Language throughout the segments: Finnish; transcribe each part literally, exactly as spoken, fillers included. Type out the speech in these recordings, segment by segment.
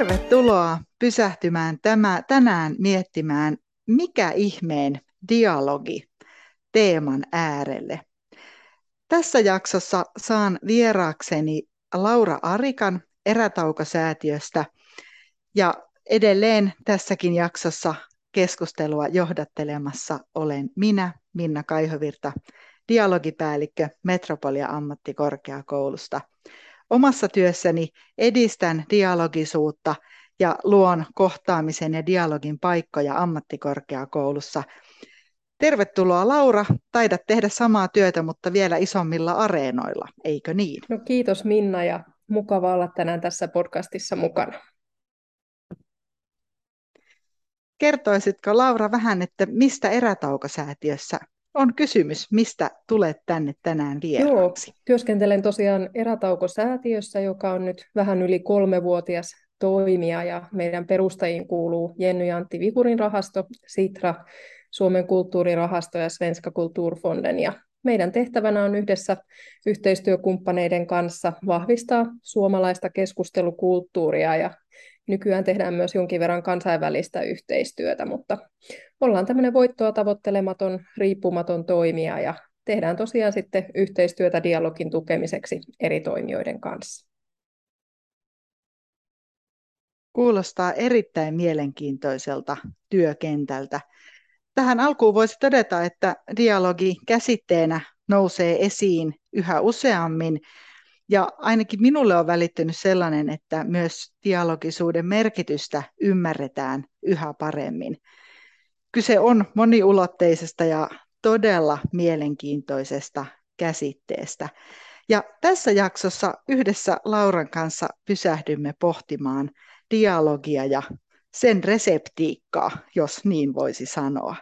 Tervetuloa pysähtymään tämä, tänään miettimään, mikä ihmeen dialogi teeman äärelle. Tässä jaksossa saan vieraakseni Laura Arikan Erätauko-säätiöstä ja edelleen tässäkin jaksossa keskustelua johdattelemassa olen minä, Minna Kaihovirta, dialogipäällikkö Metropolia ammattikorkeakoulusta. Omassa työssäni edistän dialogisuutta ja luon kohtaamisen ja dialogin paikkoja ammattikorkeakoulussa. Tervetuloa Laura, taidat tehdä samaa työtä, mutta vielä isommilla areenoilla, eikö niin? No kiitos Minna ja mukava olla tänään tässä podcastissa mukana. Kertoisitko Laura vähän, että mistä Erätauko-säätiössä on kysymys, mistä tulet tänne tänään Joo, vieraaksi? työskentelen tosiaan Erätauko-säätiössä, joka on nyt vähän yli kolmevuotias toimija ja meidän perustajiin kuuluu Jenny ja Antti Vihurin rahasto, Sitra, Suomen kulttuurirahasto ja Svenska Kulturfonden. Ja meidän tehtävänä on yhdessä yhteistyökumppaneiden kanssa vahvistaa suomalaista keskustelukulttuuria ja nykyään tehdään myös jonkin verran kansainvälistä yhteistyötä, mutta ollaan tämmöinen voittoa tavoittelematon, riippumaton toimija ja tehdään tosiaan sitten yhteistyötä dialogin tukemiseksi eri toimijoiden kanssa. Kuulostaa erittäin mielenkiintoiselta työkentältä. Tähän alkuun voisi todeta, että dialogi käsitteenä nousee esiin yhä useammin, ja ainakin minulle on välittynyt sellainen, että myös dialogisuuden merkitystä ymmärretään yhä paremmin. Kyse on moniulotteisesta ja todella mielenkiintoisesta käsitteestä. Ja tässä jaksossa yhdessä Lauran kanssa pysähdymme pohtimaan dialogia ja sen reseptiikkaa, jos niin voisi sanoa.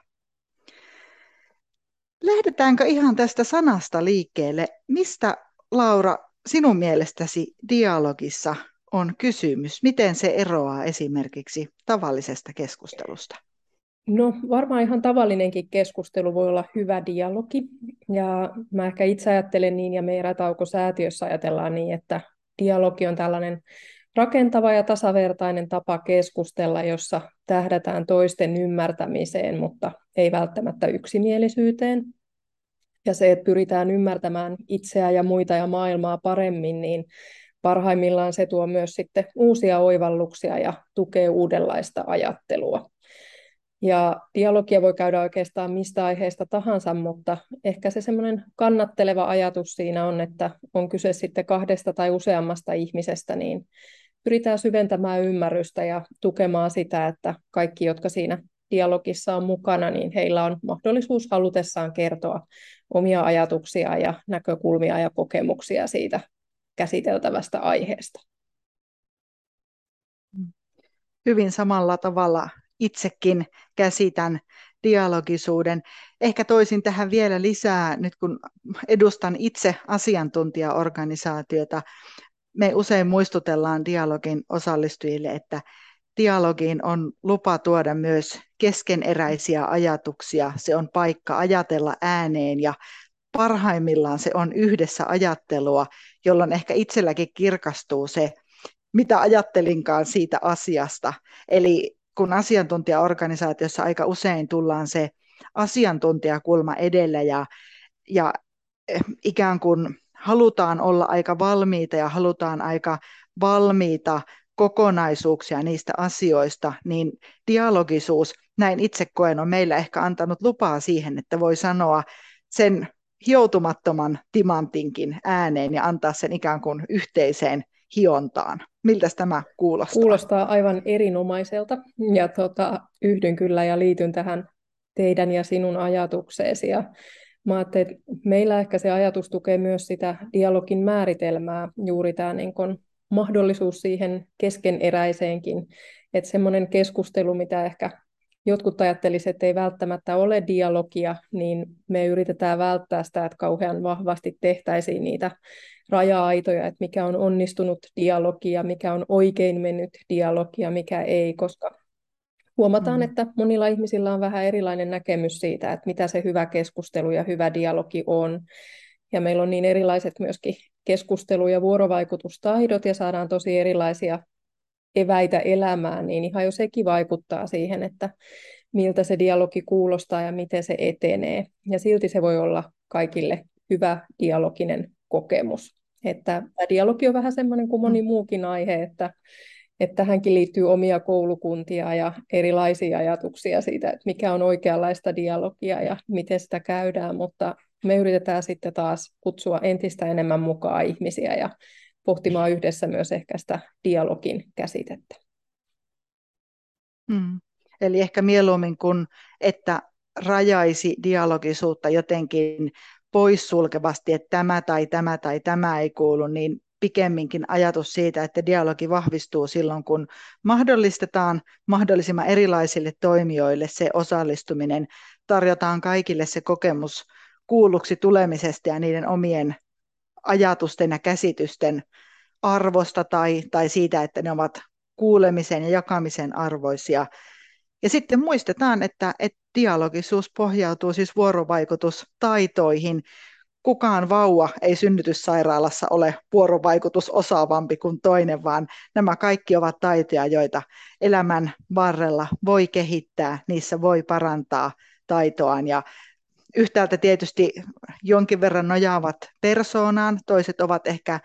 Lähdetäänkö ihan tästä sanasta liikkeelle? Mistä, Laura, sinun mielestäsi dialogissa on kysymys? Miten se eroaa esimerkiksi tavallisesta keskustelusta? No varmaan ihan tavallinenkin keskustelu voi olla hyvä dialogi. Ja mä ehkä itse ajattelen niin, ja me Erätauko-säätiössä ajatellaan niin, että dialogi on tällainen rakentava ja tasavertainen tapa keskustella, jossa tähdätään toisten ymmärtämiseen, mutta ei välttämättä yksimielisyyteen. Ja se, että pyritään ymmärtämään itseä ja muita ja maailmaa paremmin, niin parhaimmillaan se tuo myös sitten uusia oivalluksia ja tukee uudenlaista ajattelua. Ja dialogia voi käydä oikeastaan mistä aiheesta tahansa, mutta ehkä se semmoinen kannatteleva ajatus siinä on, että on kyse sitten kahdesta tai useammasta ihmisestä, niin pyritään syventämään ymmärrystä ja tukemaan sitä, että kaikki, jotka siinä dialogissa on mukana, niin heillä on mahdollisuus halutessaan kertoa omia ajatuksia ja näkökulmia ja kokemuksia siitä käsiteltävästä aiheesta. Hyvin samalla tavalla itsekin käsitän dialogisuuden. Ehkä toisin tähän vielä lisää, nyt kun edustan itse asiantuntijaorganisaatiota. Me usein muistutellaan dialogin osallistujille, että dialogiin on lupa tuoda myös keskeneräisiä ajatuksia. Se on paikka ajatella ääneen ja parhaimmillaan se on yhdessä ajattelua, jolloin ehkä itselläkin kirkastuu se, mitä ajattelinkaan siitä asiasta. Eli kun asiantuntijaorganisaatiossa aika usein tullaan se asiantuntijakulma edellä ja, ja ikään kuin halutaan olla aika valmiita ja halutaan aika valmiita kokonaisuuksia niistä asioista, niin dialogisuus, näin itse koen, on meillä ehkä antanut lupaa siihen, että voi sanoa sen hioutumattoman timantinkin ääneen ja antaa sen ikään kuin yhteiseen hiontaan. Miltä tämä kuulostaa? Kuulostaa aivan erinomaiselta ja tota, yhdyn kyllä ja liityn tähän teidän ja sinun ajatukseesi. Ja mä ajattelin, että meillä ehkä se ajatus tukee myös sitä dialogin määritelmää, juuri tämä niin kun mahdollisuus siihen keskeneräiseenkin, että semmoinen keskustelu, mitä ehkä jotkut ajattelisivat, että ei välttämättä ole dialogia, niin me yritetään välttää sitä, että kauhean vahvasti tehtäisiin niitä raja-aitoja, että mikä on onnistunut dialogia, mikä on oikein mennyt dialogia, mikä ei, koska huomataan, Mm. että monilla ihmisillä on vähän erilainen näkemys siitä, että mitä se hyvä keskustelu ja hyvä dialogi on. Ja meillä on niin erilaiset myöskin keskustelu- ja vuorovaikutustaidot ja saadaan tosi erilaisia eväitä elämään, niin ihan jo sekin vaikuttaa siihen, että miltä se dialogi kuulostaa ja miten se etenee. Ja silti se voi olla kaikille hyvä dialoginen kokemus. Että tämä dialogi on vähän semmoinen kuin moni muukin aihe, että, että tähänkin liittyy omia koulukuntia ja erilaisia ajatuksia siitä, että mikä on oikeanlaista dialogia ja miten sitä käydään, mutta me yritetään sitten taas kutsua entistä enemmän mukaan ihmisiä ja pohtimaan yhdessä myös ehkä sitä dialogin käsitettä. Mm. Eli ehkä mieluummin kuin, että rajaisi dialogisuutta jotenkin poissulkevasti, että tämä tai tämä tai tämä ei kuulu, niin pikemminkin ajatus siitä, että dialogi vahvistuu silloin, kun mahdollistetaan mahdollisimman erilaisille toimijoille se osallistuminen, tarjotaan kaikille se kokemus kuulluksi tulemisesta ja niiden omien ajatusten ja käsitysten arvosta tai, tai siitä, että ne ovat kuulemisen ja jakamisen arvoisia. Ja sitten muistetaan, että, että dialogisuus pohjautuu siis vuorovaikutustaitoihin. Kukaan vauva ei synnytyssairaalassa ole vuorovaikutusosaavampi kuin toinen, vaan nämä kaikki ovat taitoja, joita elämän varrella voi kehittää, niissä voi parantaa taitoaan. Ja yhtäältä tietysti jonkin verran nojaavat persoonaan, toiset ovat ehkä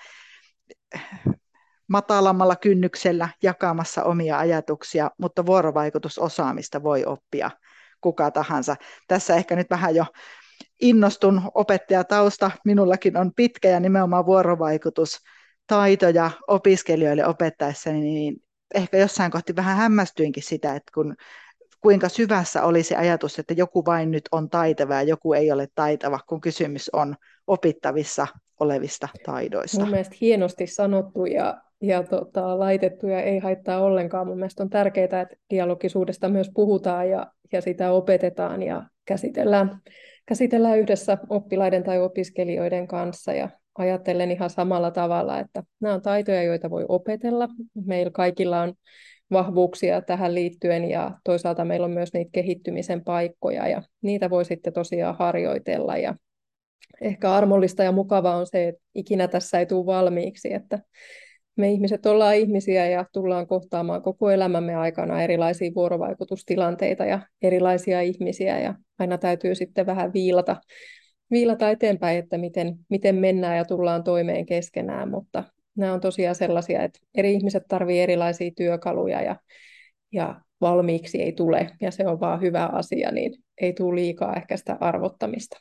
matalammalla kynnyksellä jakamassa omia ajatuksia, mutta vuorovaikutusosaamista voi oppia kuka tahansa. Tässä ehkä nyt vähän jo innostun opettajatausta, minullakin on pitkä ja nimenomaan vuorovaikutustaitoja opiskelijoille opettaessani, niin ehkä jossain kohti vähän hämmästyinkin sitä, että kun, kuinka syvässä oli se ajatus, että joku vain nyt on taitava ja joku ei ole taitava, kun kysymys on opittavissa olevista taidoista. Mun mielestä hienosti sanottu ja, ja tota, laitettu ja ei haittaa ollenkaan. Mun mielestä on tärkeää, että dialogisuudesta myös puhutaan ja, ja sitä opetetaan ja käsitellään, käsitellään yhdessä oppilaiden tai opiskelijoiden kanssa ja ajattelen ihan samalla tavalla, että nämä on taitoja, joita voi opetella. Meillä kaikilla on vahvuuksia tähän liittyen ja toisaalta meillä on myös niitä kehittymisen paikkoja ja niitä voi sitten tosiaan harjoitella ja ehkä armollista ja mukavaa on se, että ikinä tässä ei tule valmiiksi, että me ihmiset ollaan ihmisiä ja tullaan kohtaamaan koko elämämme aikana erilaisia vuorovaikutustilanteita ja erilaisia ihmisiä ja aina täytyy sitten vähän viilata, viilata eteenpäin, että miten, miten mennään ja tullaan toimeen keskenään, mutta nämä on tosiaan sellaisia, että eri ihmiset tarvitsevat erilaisia työkaluja ja, ja valmiiksi ei tule ja se on vaan hyvä asia, niin ei tule liikaa ehkä sitä arvottamista.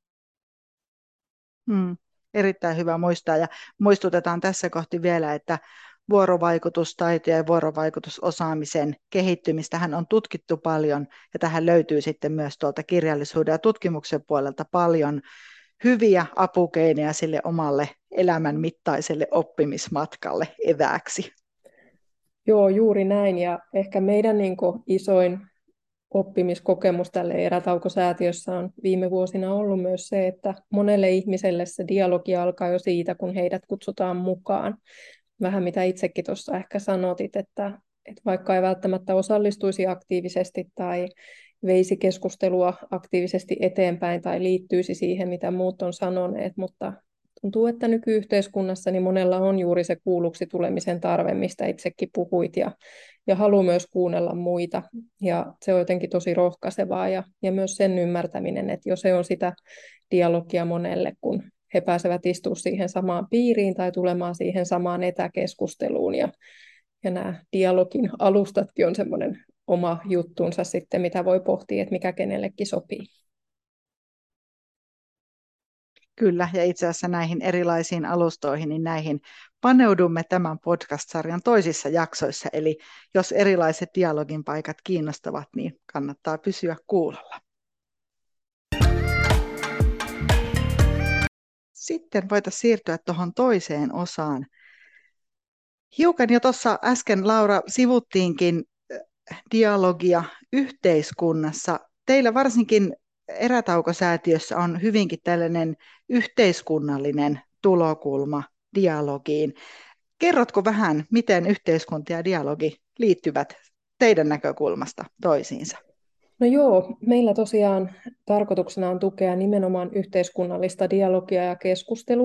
Hmm, erittäin hyvä muistaa ja muistutetaan tässä kohti vielä, että vuorovaikutustaitoja ja vuorovaikutusosaamisen kehittymistähän on tutkittu paljon ja tähän löytyy sitten myös tuolta kirjallisuuden ja tutkimuksen puolelta paljon hyviä apukeinoja sille omalle elämän mittaiselle oppimismatkalle evääksi. Joo, juuri näin ja ehkä meidän niin kuin isoin oppimiskokemus tälle Erätauko-säätiössä on viime vuosina ollut myös se, että monelle ihmiselle se dialogi alkaa jo siitä, kun heidät kutsutaan mukaan. Vähän mitä itsekin tuossa ehkä sanotit, että, että vaikka ei välttämättä osallistuisi aktiivisesti tai veisi keskustelua aktiivisesti eteenpäin tai liittyisi siihen, mitä muut on sanoneet, mutta tuntuu, että nykyyhteiskunnassa niin monella on juuri se kuulluksi tulemisen tarve, mistä itsekin puhuit, ja, ja halu myös kuunnella muita. Ja se on jotenkin tosi rohkaisevaa, ja, ja myös sen ymmärtäminen, että jos se on sitä dialogia monelle, kun he pääsevät istumaan siihen samaan piiriin tai tulemaan siihen samaan etäkeskusteluun, ja, ja nämä dialogin alustatkin on semmoinen oma juttunsa sitten, mitä voi pohtia, että mikä kenellekin sopii. Kyllä, ja itse asiassa näihin erilaisiin alustoihin, niin näihin paneudumme tämän podcast-sarjan toisissa jaksoissa, eli jos erilaiset dialogin paikat kiinnostavat, niin kannattaa pysyä kuulolla. Sitten voitaisiin siirtyä tuohon toiseen osaan. Hiukan jo tuossa äsken, Laura, sivuttiinkin dialogia yhteiskunnassa. Teillä varsinkin Erätauko-säätiössä on hyvinkin tällainen yhteiskunnallinen tulokulma dialogiin. Kerrotko vähän, miten yhteiskunta ja dialogi liittyvät teidän näkökulmasta toisiinsa? No joo, meillä tosiaan tarkoituksena on tukea nimenomaan yhteiskunnallista dialogia ja keskustelua.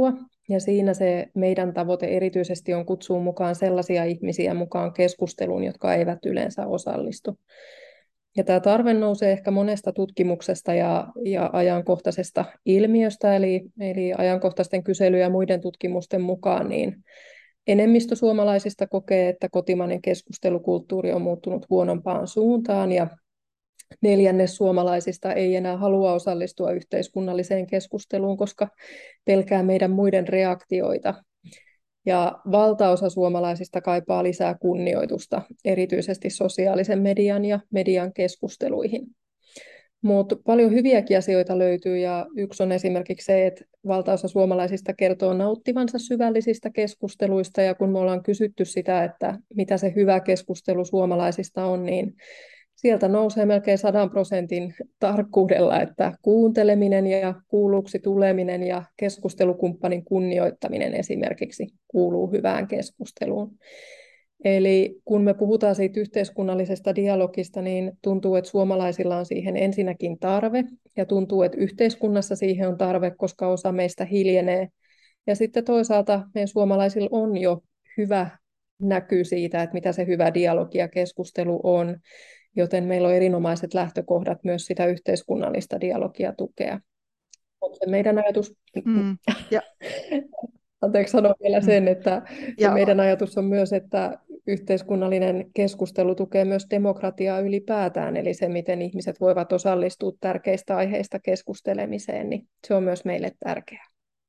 Ja siinä se meidän tavoite erityisesti on kutsua mukaan sellaisia ihmisiä mukaan keskusteluun, jotka eivät yleensä osallistu. Ja tämä tarve nousee ehkä monesta tutkimuksesta ja, ja ajankohtaisesta ilmiöstä, eli, eli ajankohtaisten kyselyjen ja muiden tutkimusten mukaan, niin enemmistö suomalaisista kokee, että kotimainen keskustelukulttuuri on muuttunut huonompaan suuntaan, ja neljännes suomalaisista ei enää halua osallistua yhteiskunnalliseen keskusteluun, koska pelkää meidän muiden reaktioita. Ja valtaosa suomalaisista kaipaa lisää kunnioitusta, erityisesti sosiaalisen median ja median keskusteluihin. Mutta paljon hyviäkin asioita löytyy, ja yksi on esimerkiksi se, että valtaosa suomalaisista kertoo nauttivansa syvällisistä keskusteluista, ja kun me ollaan kysytty sitä, että mitä se hyvä keskustelu suomalaisista on, niin sieltä nousee melkein sadan prosentin tarkkuudella, että kuunteleminen ja kuulluksi tuleminen ja keskustelukumppanin kunnioittaminen esimerkiksi kuuluu hyvään keskusteluun. Eli kun me puhutaan siitä yhteiskunnallisesta dialogista, niin tuntuu, että suomalaisilla on siihen ensinnäkin tarve, ja tuntuu, että yhteiskunnassa siihen on tarve, koska osa meistä hiljenee. Ja sitten toisaalta meidän suomalaisilla on jo hyvä näky siitä, että mitä se hyvä dialogi ja keskustelu on, joten meillä on erinomaiset lähtökohdat myös sitä yhteiskunnallista dialogia tukea. On se meidän ajatus, Mm. Ja, anteeksi sanoa vielä mm. sen, että se ja meidän ajatus on myös, että yhteiskunnallinen keskustelu tukee myös demokratiaa ylipäätään, eli se, miten ihmiset voivat osallistua tärkeistä aiheista keskustelemiseen, niin se on myös meille tärkeää.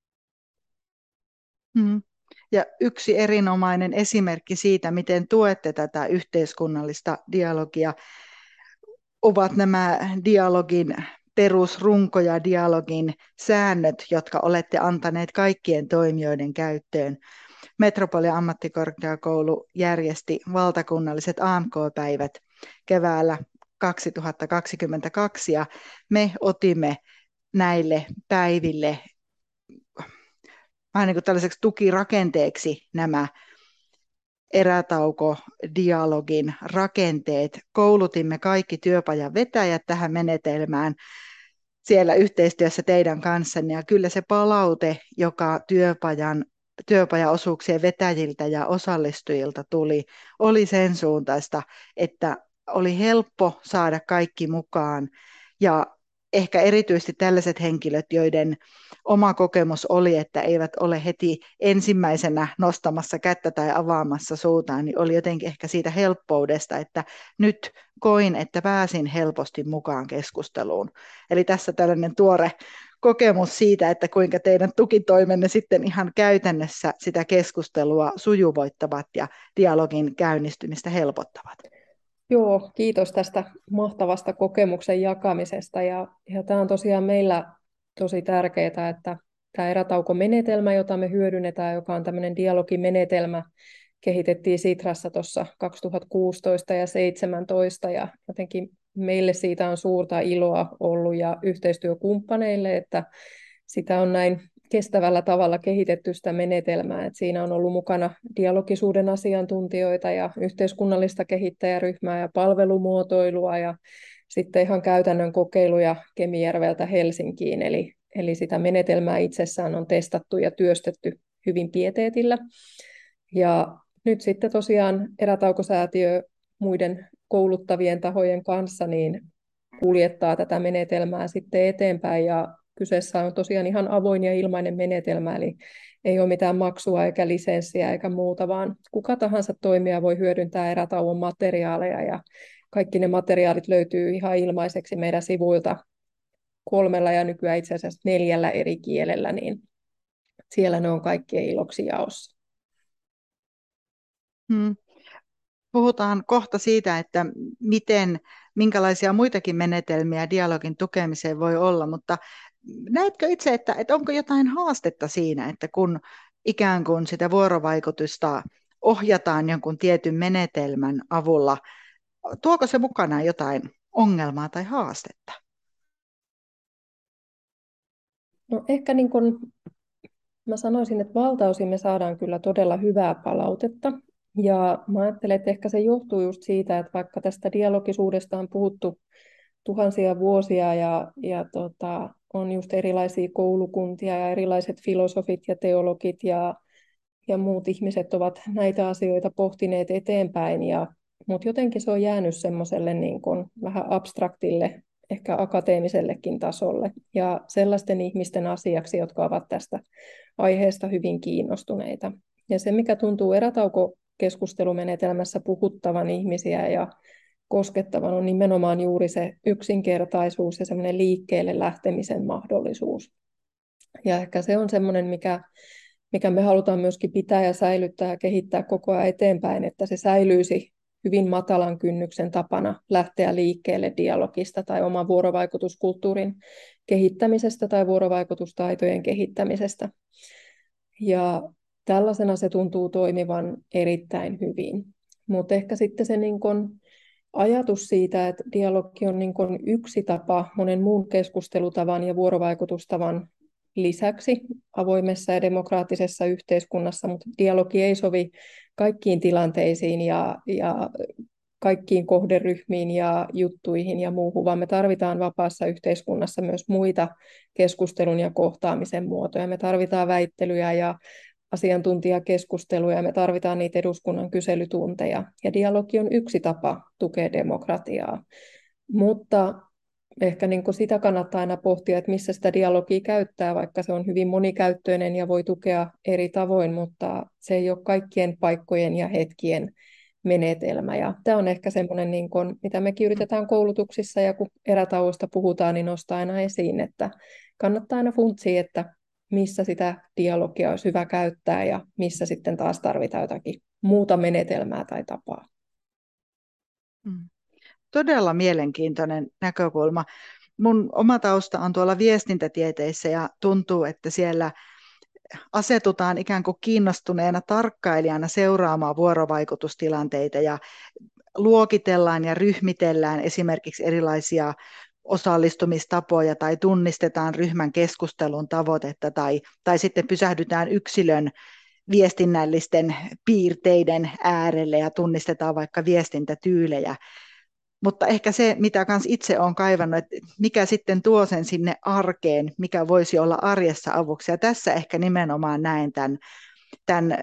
Mm. Ja yksi erinomainen esimerkki siitä, miten tuette tätä yhteiskunnallista dialogia, ovat nämä dialogin perusrunko ja dialogin säännöt, jotka olette antaneet kaikkien toimijoiden käyttöön. Metropolian ammattikorkeakoulu järjesti valtakunnalliset A M K-päivät keväällä kaksituhattakaksikymmentäkaksi, ja me otimme näille päiville vähän niin kuin tällaiseksi tukirakenteeksi nämä erätauko-dialogin rakenteet. Koulutimme kaikki työpajan vetäjät tähän menetelmään siellä yhteistyössä teidän kanssanne, ja kyllä se palaute, joka työpajan, työpajaosuuksien vetäjiltä ja osallistujilta tuli, oli sen suuntaista, että oli helppo saada kaikki mukaan, ja ehkä erityisesti tällaiset henkilöt, joiden oma kokemus oli, että eivät ole heti ensimmäisenä nostamassa kättä tai avaamassa suutaan, niin oli jotenkin ehkä siitä helppoudesta, että nyt koin, että pääsin helposti mukaan keskusteluun. Eli tässä tällainen tuore kokemus siitä, että kuinka teidän tukitoimenne sitten ihan käytännössä sitä keskustelua sujuvoittavat ja dialogin käynnistymistä helpottavat. Joo, kiitos tästä mahtavasta kokemuksen jakamisesta. Ja, ja tämä on tosiaan meillä tosi tärkeää, että tämä erätaukomenetelmä, jota me hyödynnetään, joka on tämmöinen dialogimenetelmä, kehitettiin Sitrassa tuossa kaksituhattakuusitoista ja kaksituhattaseitsemäntoista, ja jotenkin meille siitä on suurta iloa ollut ja yhteistyökumppaneille, että sitä on näin kestävällä tavalla kehitetty sitä menetelmää, että siinä on ollut mukana dialogisuuden asiantuntijoita ja yhteiskunnallista kehittäjäryhmää ja palvelumuotoilua ja sitten ihan käytännön kokeiluja Kemijärveltä Helsinkiin, eli, eli sitä menetelmää itsessään on testattu ja työstetty hyvin pieteetillä. Ja nyt sitten tosiaan Erätaukosäätiö muiden kouluttavien tahojen kanssa niin kuljettaa tätä menetelmää sitten eteenpäin, ja kyseessä on tosiaan ihan avoin ja ilmainen menetelmä, eli ei ole mitään maksua eikä lisenssiä eikä muuta, vaan kuka tahansa toimija voi hyödyntää erätauon materiaaleja, ja kaikki ne materiaalit löytyy ihan ilmaiseksi meidän sivuilta kolmella ja nykyään itse asiassa neljällä eri kielellä, niin siellä ne on kaikkien iloksi jaossa. Hmm. Puhutaan kohta siitä, että miten, minkälaisia muitakin menetelmiä dialogin tukemiseen voi olla, mutta näetkö itse, että, että onko jotain haastetta siinä, että kun ikään kuin sitä vuorovaikutusta ohjataan jonkun tietyn menetelmän avulla, tuoko se mukanaan jotain ongelmaa tai haastetta? No ehkä niin kuin mä sanoisin, että valtaosin me saadaan kyllä todella hyvää palautetta. Ja mä ajattelen, että ehkä se johtuu just siitä, että vaikka tästä dialogisuudesta on puhuttu tuhansia vuosia ja, ja tota, on just erilaisia koulukuntia ja erilaiset filosofit ja teologit ja, ja muut ihmiset ovat näitä asioita pohtineet eteenpäin, ja, mutta jotenkin se on jäänyt semmoiselle niin kuin vähän abstraktille, ehkä akateemisellekin tasolle ja sellaisten ihmisten asiaksi, jotka ovat tästä aiheesta hyvin kiinnostuneita. Ja se, mikä tuntuu erätaukokeskustelumenetelmässä puhuttavan ihmisiä ja koskettavan, on nimenomaan juuri se yksinkertaisuus ja semmoinen liikkeelle lähtemisen mahdollisuus. Ja ehkä se on semmoinen, mikä, mikä me halutaan myöskin pitää ja säilyttää ja kehittää koko ajan eteenpäin, että se säilyisi hyvin matalan kynnyksen tapana lähteä liikkeelle dialogista tai oman vuorovaikutuskulttuurin kehittämisestä tai vuorovaikutustaitojen kehittämisestä. Ja tällaisena se tuntuu toimivan erittäin hyvin. Mutta ehkä sitten se niin kun ajatus siitä, että dialogi on niin kun yksi tapa monen muun keskustelutavan ja vuorovaikutustavan lisäksi avoimessa ja demokraattisessa yhteiskunnassa, mutta dialogi ei sovi kaikkiin tilanteisiin ja, ja kaikkiin kohderyhmiin ja juttuihin ja muuhun, vaan me tarvitaan vapaassa yhteiskunnassa myös muita keskustelun ja kohtaamisen muotoja. Me tarvitaan väittelyjä ja asiantuntijakeskusteluja, me tarvitaan niitä eduskunnan kyselytunteja, ja dialogi on yksi tapa tukea demokratiaa. Mutta ehkä niin kuin sitä kannattaa aina pohtia, että missä sitä dialogia käyttää, vaikka se on hyvin monikäyttöinen ja voi tukea eri tavoin, mutta se ei ole kaikkien paikkojen ja hetkien menetelmä. Ja tämä on ehkä semmoinen, niin kuin, mitä mekin yritetään koulutuksissa, ja kun erätauosta puhutaan, niin nostaa aina esiin, että kannattaa aina funtsia, että missä sitä dialogia olisi hyvä käyttää ja missä sitten taas tarvitaan jotakin muuta menetelmää tai tapaa. Mm. Todella mielenkiintoinen näkökulma. Mun oma tausta on tuolla viestintätieteissä ja tuntuu, että siellä asetutaan ikään kuin kiinnostuneena tarkkailijana seuraamaan vuorovaikutustilanteita ja luokitellaan ja ryhmitellään esimerkiksi erilaisia osallistumistapoja tai tunnistetaan ryhmän keskustelun tavoitetta tai, tai sitten pysähdytään yksilön viestinnällisten piirteiden äärelle ja tunnistetaan vaikka viestintätyylejä. Mutta ehkä se, mitä kans itse olen kaivannut, että mikä sitten tuo sen sinne arkeen, mikä voisi olla arjessa avuksi. Ja tässä ehkä nimenomaan näen tämän, tämän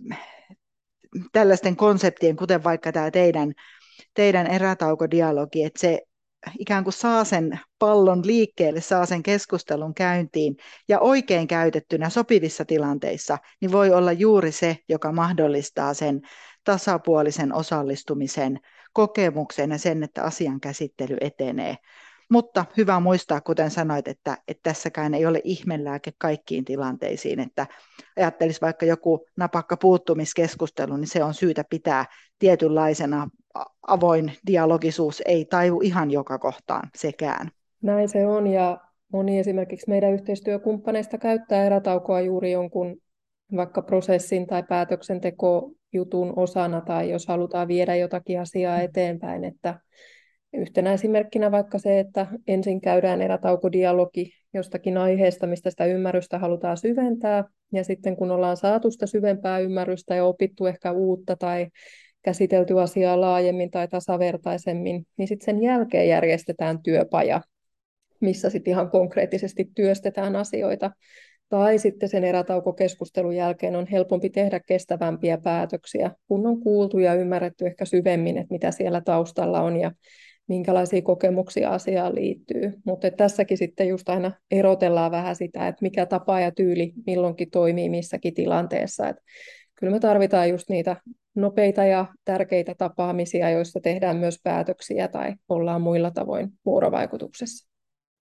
tällaisten konseptien, kuten vaikka tämä teidän, teidän erätaukodialogi, että se ikään kuin saa sen pallon liikkeelle, saa sen keskustelun käyntiin ja oikein käytettynä sopivissa tilanteissa, niin voi olla juuri se, joka mahdollistaa sen tasapuolisen osallistumisen kokemuksen ja sen, että asian käsittely etenee. Mutta hyvä muistaa, kuten sanoit, että, että tässäkään ei ole ihmelääke kaikkiin tilanteisiin, että ajattelisi vaikka joku napakka puuttumiskeskustelu, niin se on syytä pitää tietynlaisena. Avoin dialogisuus ei taivu ihan joka kohtaan sekään. Näin se on, ja moni esimerkiksi meidän yhteistyökumppaneista käyttää erätaukoa juuri jonkun vaikka prosessin tai päätöksentekojutun osana, tai jos halutaan viedä jotakin asiaa eteenpäin, että yhtenä esimerkkinä vaikka se, että ensin käydään erätaukodialogi jostakin aiheesta, mistä sitä ymmärrystä halutaan syventää, ja sitten kun ollaan saatu sitä syvempää ymmärrystä ja opittu ehkä uutta tai käsitelty asiaa laajemmin tai tasavertaisemmin, niin sitten sen jälkeen järjestetään työpaja, missä sitten ihan konkreettisesti työstetään asioita. Tai sitten sen erätaukokeskustelun jälkeen on helpompi tehdä kestävämpiä päätöksiä, kun on kuultu ja ymmärretty ehkä syvemmin, että mitä siellä taustalla on ja minkälaisia kokemuksia asiaan liittyy. Mutta tässäkin sitten just aina erotellaan vähän sitä, että mikä tapa ja tyyli milloinkin toimii missäkin tilanteessa. Et kyllä me tarvitaan just niitä nopeita ja tärkeitä tapaamisia, joissa tehdään myös päätöksiä tai ollaan muilla tavoin vuorovaikutuksessa.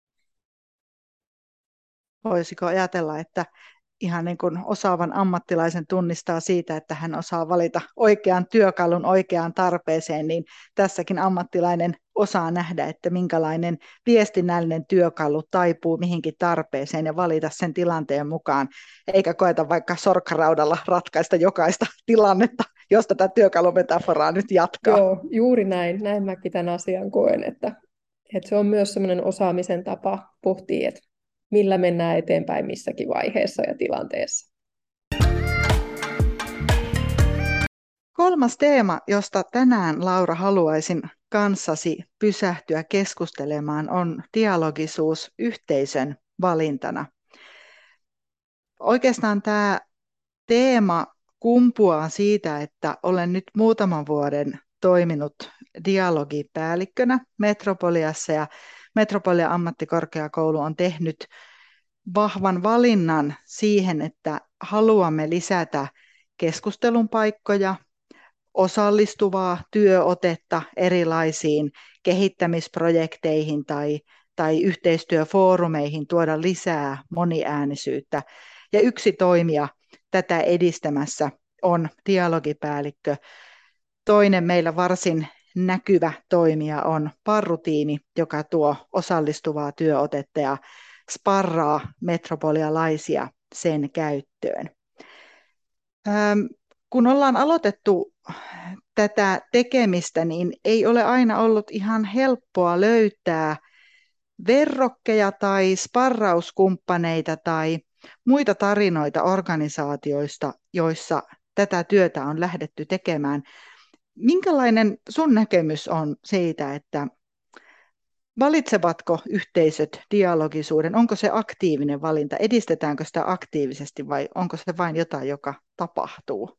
Voisiko ajatella, että ihan niin kuin osaavan ammattilaisen tunnistaa siitä, että hän osaa valita oikean työkalun oikeaan tarpeeseen, niin tässäkin ammattilainen osaa nähdä, että minkälainen viestinnällinen työkalu taipuu mihinkin tarpeeseen ja valita sen tilanteen mukaan, eikä koeta vaikka sorkkaraudalla ratkaista jokaista tilannetta, jos tätä työkalumetaforaa nyt jatkaa. Joo, juuri näin. Näin mäkin tämän asian koen, että, että se on myös sellainen osaamisen tapa pohtia, että millä mennään eteenpäin missäkin vaiheessa ja tilanteessa. Kolmas teema, josta tänään, Laura, haluaisin kanssasi pysähtyä keskustelemaan, on dialogisuus yhteisön valintana. Oikeastaan tämä teema kumpuaa siitä, että olen nyt muutaman vuoden toiminut dialogipäällikkönä Metropoliassa ja Metropolia ammattikorkeakoulu on tehnyt vahvan valinnan siihen, että haluamme lisätä keskustelun paikkoja, osallistuvaa työotetta erilaisiin kehittämisprojekteihin tai, tai yhteistyöfoorumeihin, tuoda lisää moniäänisyyttä. Ja yksi toimija tätä edistämässä on dialogipäällikkö. Toinen meillä varsin näkyvä toimija on parrutiimi, joka tuo osallistuvaa työotetta ja sparraa metropolialaisia sen käyttöön. Ähm, kun ollaan aloitettu tätä tekemistä, niin ei ole aina ollut ihan helppoa löytää verrokkeja tai sparrauskumppaneita tai muita tarinoita organisaatioista, joissa tätä työtä on lähdetty tekemään. Minkälainen sun näkemys on siitä, että valitsevatko yhteisöt dialogisuuden? Onko se aktiivinen valinta? Edistetäänkö sitä aktiivisesti vai onko se vain jotain, joka tapahtuu?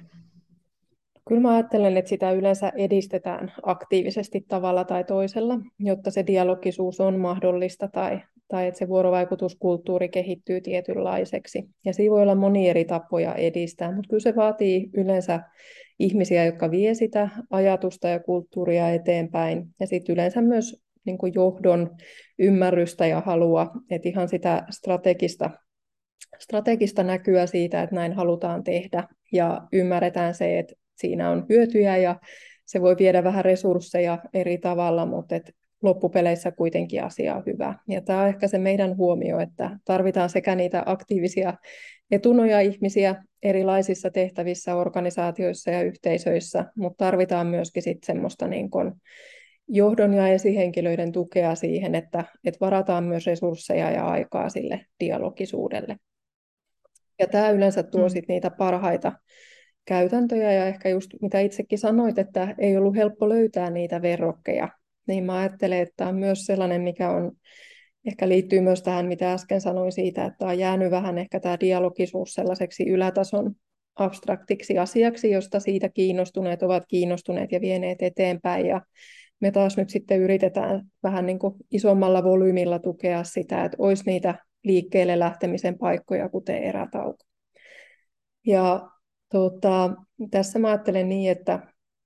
Kyllä mä ajattelen, että sitä yleensä edistetään aktiivisesti tavalla tai toisella, jotta se dialogisuus on mahdollista tai, tai että se vuorovaikutuskulttuuri kehittyy tietynlaiseksi. Ja siinä voi olla monia eri tapoja edistää, mutta kyllä se vaatii yleensä ihmisiä, jotka vie sitä ajatusta ja kulttuuria eteenpäin. Ja sitten yleensä myös niin kuin johdon ymmärrystä ja halua, että ihan sitä strategista, strategista näkyä siitä, että näin halutaan tehdä ja ymmärretään se, että siinä on hyötyjä ja se voi viedä vähän resursseja eri tavalla, mutta et loppupeleissä kuitenkin asia on hyvä. Ja tämä on ehkä se meidän huomio, että tarvitaan sekä niitä aktiivisia etunoja ihmisiä erilaisissa tehtävissä, organisaatioissa ja yhteisöissä, mutta tarvitaan myöskin sit semmoista niin kun johdon ja esihenkilöiden tukea siihen, että, että varataan myös resursseja ja aikaa sille dialogisuudelle. Ja tämä yleensä tuo sit niitä parhaita käytäntöjä ja ehkä just mitä itsekin sanoit, että ei ollut helppo löytää niitä verrokkeja, niin mä ajattelen, että tämä on myös sellainen, mikä on, ehkä liittyy myös tähän, mitä äsken sanoin siitä, että on jäänyt vähän ehkä tämä dialogisuus sellaiseksi ylätason abstraktiksi asiaksi, josta siitä kiinnostuneet ovat kiinnostuneet ja vieneet eteenpäin ja me taas nyt sitten yritetään vähän niin kuin isommalla volyymilla tukea sitä, että olisi niitä liikkeelle lähtemisen paikkoja, kuten erätauko. Ja Tota, tässä mä ajattelen niin, että,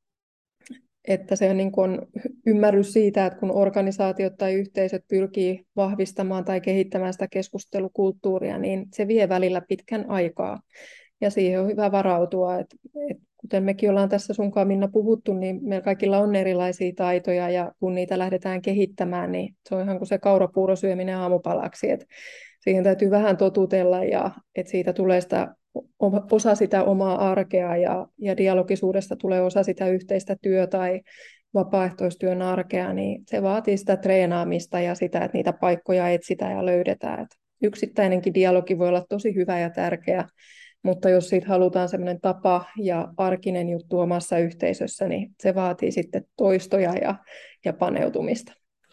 että se on niin kuin ymmärrys siitä, että kun organisaatiot tai yhteisöt pyrkii vahvistamaan tai kehittämään sitä keskustelukulttuuria, niin se vie välillä pitkän aikaa. Ja siihen on hyvä varautua, että, että kuten mekin ollaan tässä sunkaan Minna puhuttu, niin meillä kaikilla on erilaisia taitoja ja kun niitä lähdetään kehittämään, niin se on ihan kuin se kaurapuurosyöminen aamupalaksi, että siihen täytyy vähän totutella ja että siitä tulee sitä osa sitä omaa arkea ja, ja dialogisuudesta tulee osa sitä yhteistä työ- tai vapaaehtoistyön arkea, niin se vaatii sitä treenaamista ja sitä, että niitä paikkoja etsitään ja löydetään. Et yksittäinenkin dialogi voi olla tosi hyvä ja tärkeä, mutta jos siitä halutaan semmoinen tapa ja arkinen juttu omassa yhteisössä, niin se vaatii sitten toistoja ja, ja paneutumista.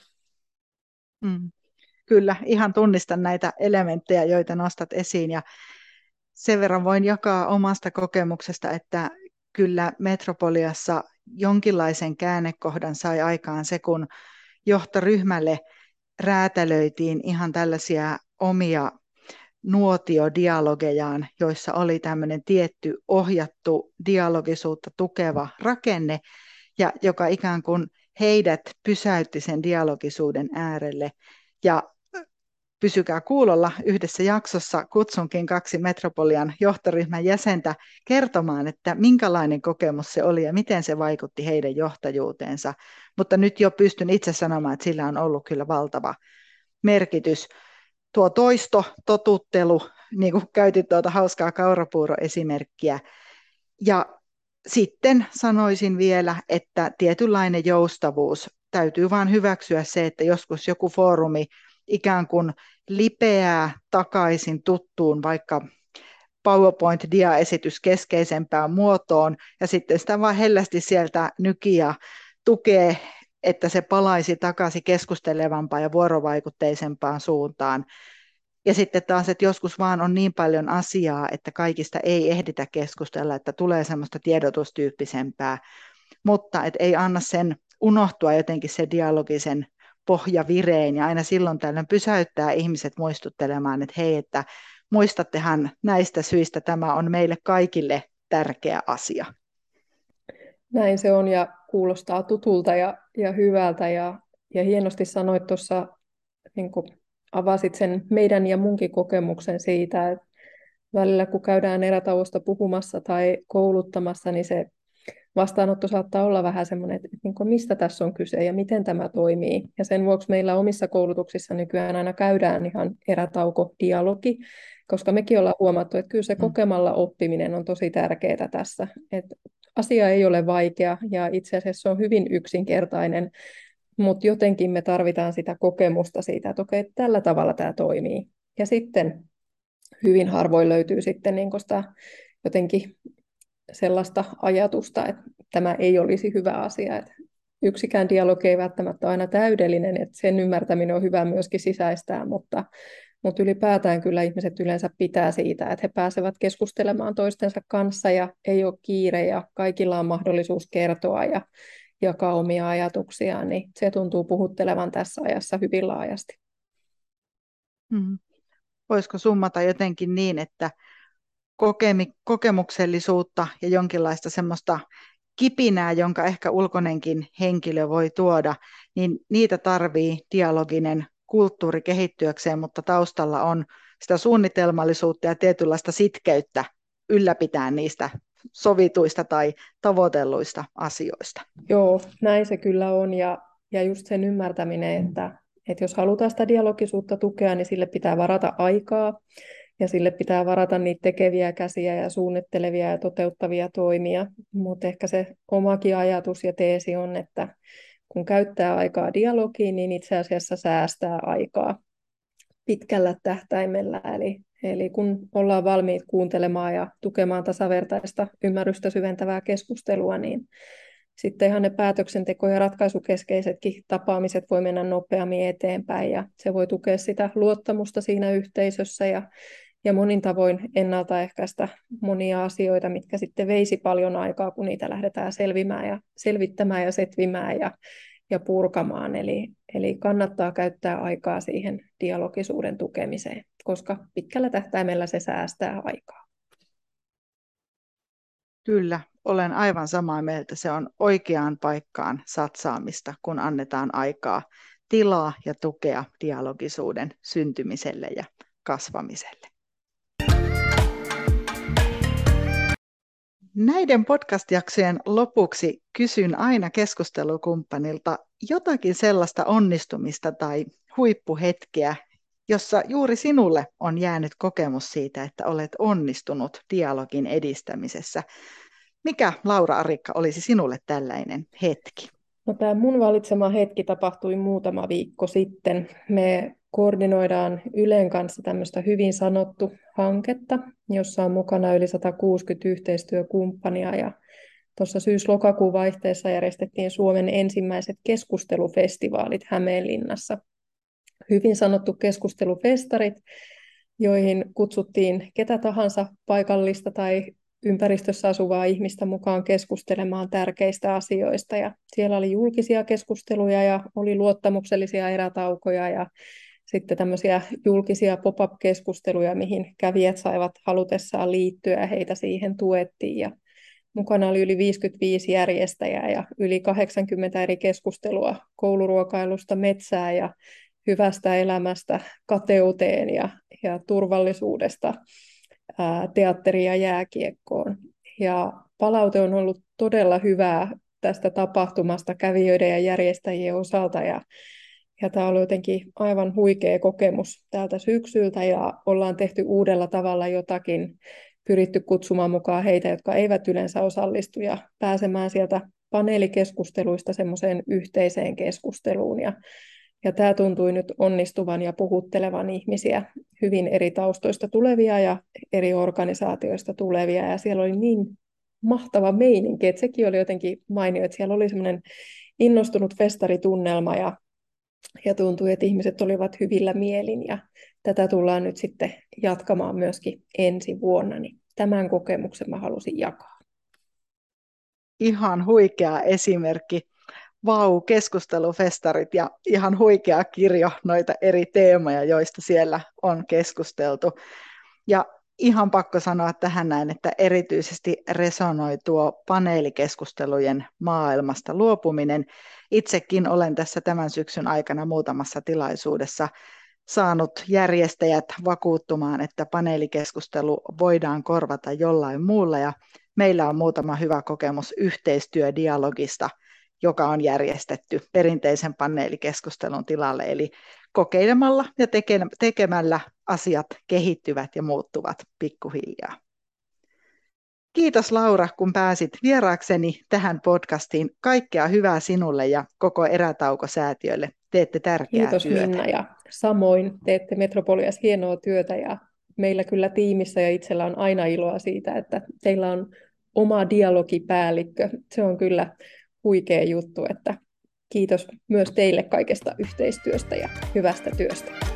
Mm. Kyllä, ihan tunnistan näitä elementtejä, joita nostat esiin ja sen verran voin jakaa omasta kokemuksesta, että kyllä Metropoliassa jonkinlaisen käännekohdan sai aikaan se, kun johtoryhmälle räätälöitiin ihan tällaisia omia nuotiodialogejaan, joissa oli tämmöinen tietty ohjattu dialogisuutta tukeva rakenne, ja joka ikään kuin heidät pysäytti sen dialogisuuden äärelle. Ja pysykää kuulolla, yhdessä jaksossa kutsunkin kaksi Metropolian johtoryhmän jäsentä kertomaan, että minkälainen kokemus se oli ja miten se vaikutti heidän johtajuuteensa. Mutta nyt jo pystyn itse sanomaan, että sillä on ollut kyllä valtava merkitys. Tuo toisto, totuttelu, niin kuin käytit tuota hauskaa kaurapuuroesimerkkiä. Ja sitten sanoisin vielä, että tietynlainen joustavuus. Täytyy vain hyväksyä se, että joskus joku foorumi ikään kuin lipeää takaisin tuttuun vaikka PowerPoint-diaesitys keskeisempään muotoon ja sitten sitä vaan hellästi sieltä nyki ja tukee, että se palaisi takaisin keskustelevampaan ja vuorovaikutteisempaan suuntaan. Ja sitten taas, että joskus vaan on niin paljon asiaa, että kaikista ei ehditä keskustella, että tulee semmoista tiedotustyyppisempää, mutta et ei anna sen unohtua jotenkin se dialogisen pohjavireen ja aina silloin tällöin pysäyttää ihmiset muistuttelemaan, että hei, että muistattehan näistä syistä tämä on meille kaikille tärkeä asia. Näin se on ja kuulostaa tutulta ja, ja hyvältä ja, ja hienosti sanoit tuossa, niin kuin avasit sen meidän ja munkin kokemuksen siitä, että välillä kun käydään erätauosta puhumassa tai kouluttamassa, niin se vastaanotto saattaa olla vähän semmoinen, että niin kuin mistä tässä on kyse ja miten tämä toimii. Ja sen vuoksi meillä omissa koulutuksissa nykyään aina käydään ihan erätauko-dialogi, koska mekin ollaan huomattu, että kyllä se kokemalla oppiminen on tosi tärkeää tässä. Että asia ei ole vaikea ja itse asiassa se on hyvin yksinkertainen, mutta jotenkin me tarvitaan sitä kokemusta siitä, että okei, tällä tavalla tämä toimii. Ja sitten hyvin harvoin löytyy sitten niin sitä jotenkin sellaista ajatusta, että tämä ei olisi hyvä asia. Että yksikään dialogi ei välttämättä ole aina täydellinen, että sen ymmärtäminen on hyvä myöskin sisäistää, mutta, mutta ylipäätään kyllä ihmiset yleensä pitää siitä, että he pääsevät keskustelemaan toistensa kanssa ja ei ole kiire ja kaikilla on mahdollisuus kertoa ja jakaa omia ajatuksiaan, niin se tuntuu puhuttelevan tässä ajassa hyvin laajasti. Hmm. Voisiko summata jotenkin niin, että kokemi, kokemuksellisuutta ja jonkinlaista semmoista kipinää, jonka ehkä ulkoinenkin henkilö voi tuoda, niin niitä tarvii dialoginen kulttuuri kehittyäkseen, mutta taustalla on sitä suunnitelmallisuutta ja tietynlaista sitkeyttä ylläpitää niistä sovituista tai tavoitelluista asioista. Joo, näin se kyllä on ja, ja just sen ymmärtäminen, että, että jos halutaan sitä dialogisuutta tukea, niin sille pitää varata aikaa ja sille pitää varata niitä tekeviä käsiä ja suunnittelevia ja toteuttavia toimia, mutta ehkä se omakin ajatus ja teesi on, että kun käyttää aikaa dialogiin, niin itse asiassa säästää aikaa pitkällä tähtäimellä, eli Eli kun ollaan valmiit kuuntelemaan ja tukemaan tasavertaista ymmärrystä syventävää keskustelua, niin sitten ihan ne päätöksenteko- ja ratkaisukeskeisetkin tapaamiset voi mennä nopeammin eteenpäin ja se voi tukea sitä luottamusta siinä yhteisössä ja, ja monin tavoin ennaltaehkäistä monia asioita, mitkä sitten veisi paljon aikaa, kun niitä lähdetään selvimään ja selvittämään ja setvimään ja, ja purkamaan. Eli, eli kannattaa käyttää aikaa siihen dialogisuuden tukemiseen, koska pitkällä tähtäimellä se säästää aikaa. Kyllä, olen aivan samaa mieltä. Se on oikeaan paikkaan satsaamista, kun annetaan aikaa, tilaa ja tukea dialogisuuden syntymiselle ja kasvamiselle. Näiden podcast-jaksojen lopuksi kysyn aina keskustelukumppanilta jotakin sellaista onnistumista tai huippuhetkeä, jossa juuri sinulle on jäänyt kokemus siitä, että olet onnistunut dialogin edistämisessä. Mikä, Laura-Arikka, olisi sinulle tällainen hetki? No, tämä mun valitsema hetki tapahtui muutama viikko sitten. Me koordinoidaan Ylen kanssa tämmöistä Hyvin sanottu -hanketta, jossa on mukana yli sata kuusikymmentä yhteistyökumppania. Ja tuossa syys-lokakuun vaihteessa järjestettiin Suomen ensimmäiset keskustelufestivaalit Hämeenlinnassa. Hyvin sanottu keskustelufestarit, joihin kutsuttiin ketä tahansa paikallista tai ympäristössä asuvaa ihmistä mukaan keskustelemaan tärkeistä asioista. Ja siellä oli julkisia keskusteluja ja oli luottamuksellisia erätaukoja ja sitten tämmöisiä julkisia pop-up-keskusteluja, mihin kävijät saivat halutessaan liittyä ja heitä siihen tuettiin. Ja mukana oli yli viisikymmentäviisi järjestäjää ja yli kahdeksankymmentä eri keskustelua kouluruokailusta metsää ja hyvästä elämästä kateuteen ja, ja turvallisuudesta ää, teatteriin ja jääkiekkoon. Ja palaute on ollut todella hyvää tästä tapahtumasta kävijöiden ja järjestäjien osalta. Ja, ja tämä oli jotenkin aivan huikea kokemus tältä syksyltä ja ollaan tehty uudella tavalla jotakin, pyritty kutsumaan mukaan heitä, jotka eivät yleensä osallistu ja pääsemään sieltä paneelikeskusteluista semmoiseen yhteiseen keskusteluun. Ja Ja tämä tuntui nyt onnistuvan ja puhuttelevan ihmisiä, hyvin eri taustoista tulevia ja eri organisaatioista tulevia. Ja siellä oli niin mahtava meininki, että sekin oli jotenkin mainio, että siellä oli semmoinen innostunut festaritunnelma ja, ja tuntui, että ihmiset olivat hyvillä mielin ja tätä tullaan nyt sitten jatkamaan myöskin ensi vuonna, niin tämän kokemuksen mä halusin jakaa. Ihan huikea esimerkki. Vau, keskustelufestarit ja ihan huikea kirjo noita eri teemoja, joista siellä on keskusteltu. Ja ihan pakko sanoa tähän näin, että erityisesti resonoi tuo paneelikeskustelujen maailmasta luopuminen. Itsekin olen tässä tämän syksyn aikana muutamassa tilaisuudessa saanut järjestäjät vakuuttumaan, että paneelikeskustelu voidaan korvata jollain muulla. Ja meillä on muutama hyvä kokemus yhteistyödialogista, joka on järjestetty perinteisen paneelikeskustelun tilalle. Eli kokeilemalla ja tekemällä asiat kehittyvät ja muuttuvat pikkuhiljaa. Kiitos Laura, kun pääsit vieraakseni tähän podcastiin. Kaikkea hyvää sinulle ja koko Erätauko-säätiölle. Teette tärkeää Kiitos työtä. Minna ja samoin teette Metropoliassa hienoa työtä ja meillä kyllä tiimissä ja itsellä on aina iloa siitä, että teillä on oma dialogipäällikkö. Se on kyllä huikea juttu, että kiitos myös teille kaikesta yhteistyöstä ja hyvästä työstä.